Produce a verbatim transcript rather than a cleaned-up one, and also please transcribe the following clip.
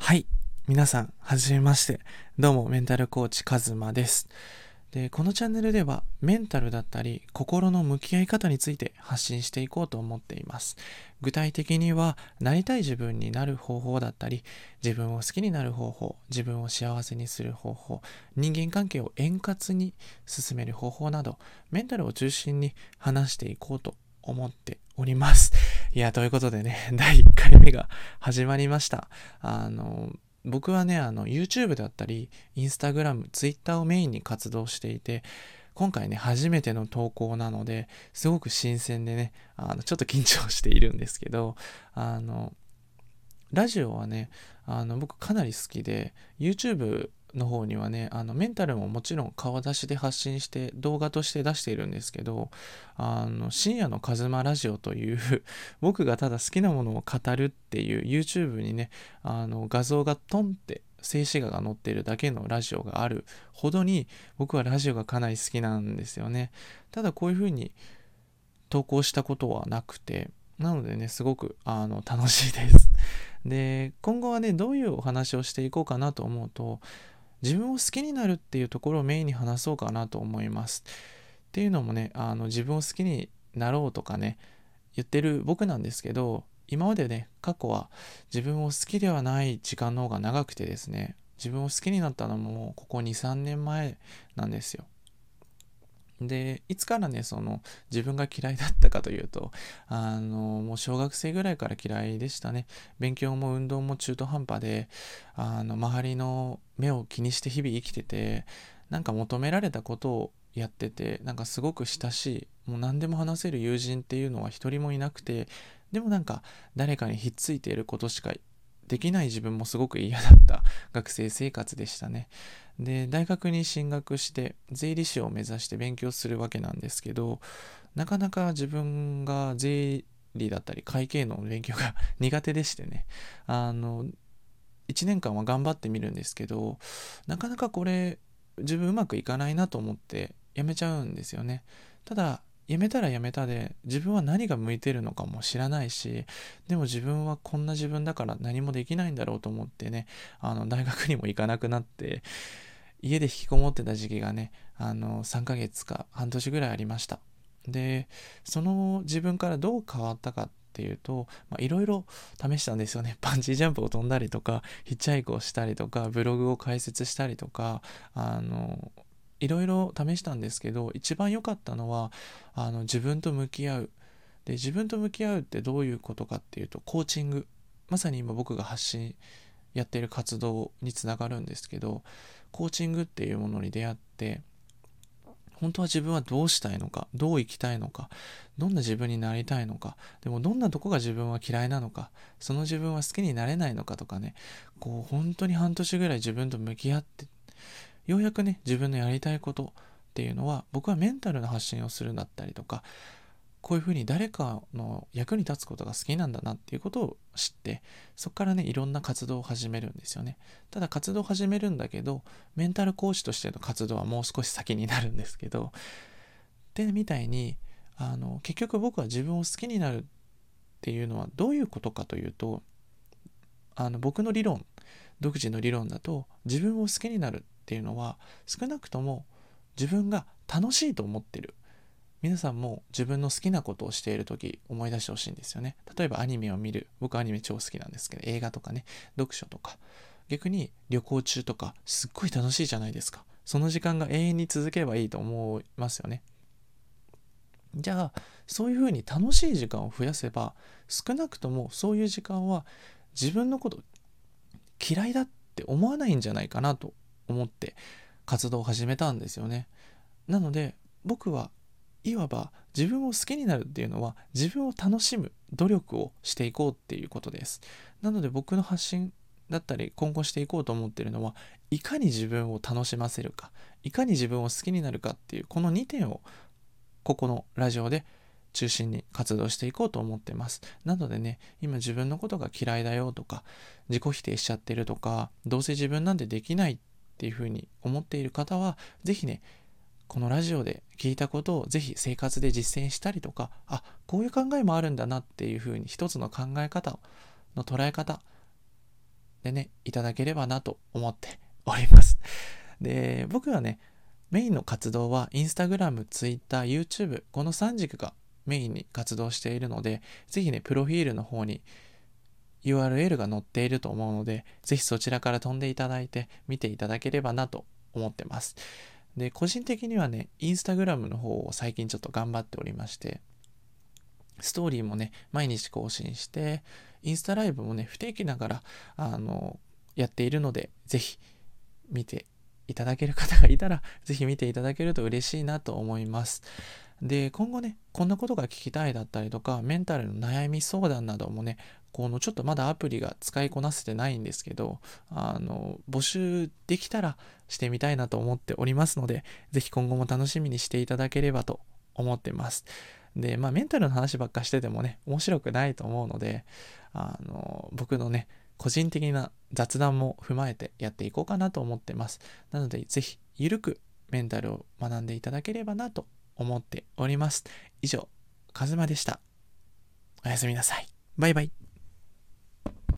はい。皆さん、はじめまして。どうも、メンタルコーチカズマです。で、このチャンネルでは、メンタルだったり、心の向き合い方について発信していこうと思っています。具体的には、なりたい自分になる方法だったり、自分を好きになる方法、自分を幸せにする方法、人間関係を円滑に進める方法など、メンタルを中心に話していこうと思っております。いや、ということでね、だいいっかいめが始まりました。あの、僕はね、あの、YouTube だったり、Instagram、Twitter をメインに活動していて、今回ね、初めての投稿なので、すごく新鮮でね、あの、ちょっと緊張しているんですけど、あの、ラジオはね、あの、僕かなり好きで、YouTube の方にはね、あの、メンタルももちろん顔出しで発信して動画として出しているんですけど、あの、深夜のカズマラジオという僕がただ好きなものを語るっていう YouTube にね、あの、画像がトンって静止画が載っているだけのラジオがあるほどに、僕はラジオがかなり好きなんですよね。ただこういう風に投稿したことはなくて、なのでね、すごくあの楽しいです。で、今後はね、どういうお話をしていこうかなと思うと、自分を好きになるっていうところをメインに話そうかなと思います。っていうのもね、あの自分を好きになろうとかね、言ってる僕なんですけど、今までね、過去は自分を好きではない時間の方が長くてですね、自分を好きになったのもここに、さんねんまえなんですよ。で、いつからね、その自分が嫌いだったかというと、あの、もう小学生ぐらいから嫌いでしたね。勉強も運動も中途半端で、あの、周りの目を気にして日々生きてて、なんか求められたことをやってて、なんかすごく親しい、もう何でも話せる友人っていうのは一人もいなくて、でもなんか誰かにひっついていることしかできない自分もすごく嫌だった学生生活でしたね。で、大学に進学して税理士を目指して勉強するわけなんですけど、なかなか自分が税理だったり会計の勉強が苦手でしてね、あの、いちねんかんは頑張ってみるんですけど、なかなかこれ自分うまくいかないなと思ってやめちゃうんですよね。ただ、やめたらやめたで自分は何が向いてるのかも知らないし、でも自分はこんな自分だから何もできないんだろうと思ってね、あの大学にも行かなくなって家で引きこもってた時期がね、あのさんかげつか半年ぐらいありました。で、その自分からどう変わったかっていうと、いろいろ試したんですよね。バンジージャンプを飛んだりとか、ヒッチハイクをしたりとか、ブログを開設したりとか、あのいろいろ試したんですけど、一番良かったのはあの自分と向き合う。で、自分と向き合うってどういうことかっていうと、コーチング、まさに今僕が発信やっている活動につながるんですけど、コーチングっていうものに出会って、本当は自分はどうしたいのか、どう生きたいのか、どんな自分になりたいのか、でもどんなとこが自分は嫌いなのか、その自分は好きになれないのかとかね、こう本当に半年ぐらい自分と向き合って、ようやくね、自分のやりたいことっていうのは、僕はメンタルの発信をするんだったりとか、こういうふうに誰かの役に立つことが好きなんだなっていうことを知って、そこからね、いろんな活動を始めるんですよね。ただ活動を始めるんだけど、メンタルコーチとしての活動はもう少し先になるんですけど、で、みたいに、あの、結局僕は自分を好きになるっていうのはどういうことかというと、あの、僕の理論、独自の理論だと、自分を好きになるっていうのは、少なくとも自分が楽しいと思ってる。皆さんも自分の好きなことをしているとき思い出してほしいんですよね。例えばアニメを見る。僕アニメ超好きなんですけど、映画とかね、読書とか。逆に旅行中とか、すっごい楽しいじゃないですか。その時間が永遠に続けばいいと思いますよね。じゃあ、そういうふうに楽しい時間を増やせば、少なくともそういう時間は自分のこと嫌いだって思わないんじゃないかなと思って活動を始めたんですよね。なので、僕はいわば自分を好きになるっていうのは自分を楽しむ努力をしていこうっていうことです。なので僕の発信だったり今後していこうと思っているのは、いかに自分を楽しませるか、いかに自分を好きになるかっていうこのにてんをここのラジオで中心に活動していこうと思ってます。なのでね、今自分のことが嫌いだよとか、自己否定しちゃってるとか、どうせ自分なんてできないっていうふうに思っている方は、ぜひね、このラジオで聞いたことをぜひ生活で実践したりとか、あ、こういう考えもあるんだなっていうふうに一つの考え方の捉え方でね、いただければなと思っております。で、僕はね、メインの活動はインスタグラム、ツイッター、YouTube、このさん軸がメインに活動しているので、ぜひね、プロフィールの方に ユーアールエル が載っていると思うので、ぜひそちらから飛んでいただいて見ていただければなと思ってます。で、個人的にはね、インスタグラムの方を最近ちょっと頑張っておりまして、ストーリーもね、毎日更新して、インスタライブもね、不定期ながら、あの、やっているので、ぜひ見ていただける方がいたら、ぜひ見ていただけると嬉しいなと思います。で、今後ね、こんなことが聞きたいだったりとか、メンタルの悩み相談などもね、このちょっとまだアプリが使いこなせてないんですけど、あの、募集できたらしてみたいなと思っておりますので、ぜひ今後も楽しみにしていただければと思ってます。で、まあメンタルの話ばっかしててもね、面白くないと思うので、あの、僕のね、個人的な雑談も踏まえてやっていこうかなと思ってます。なので、ぜひ、ゆるくメンタルを学んでいただければなと思っております。以上、カズマでした。おやすみなさい。バイバイ。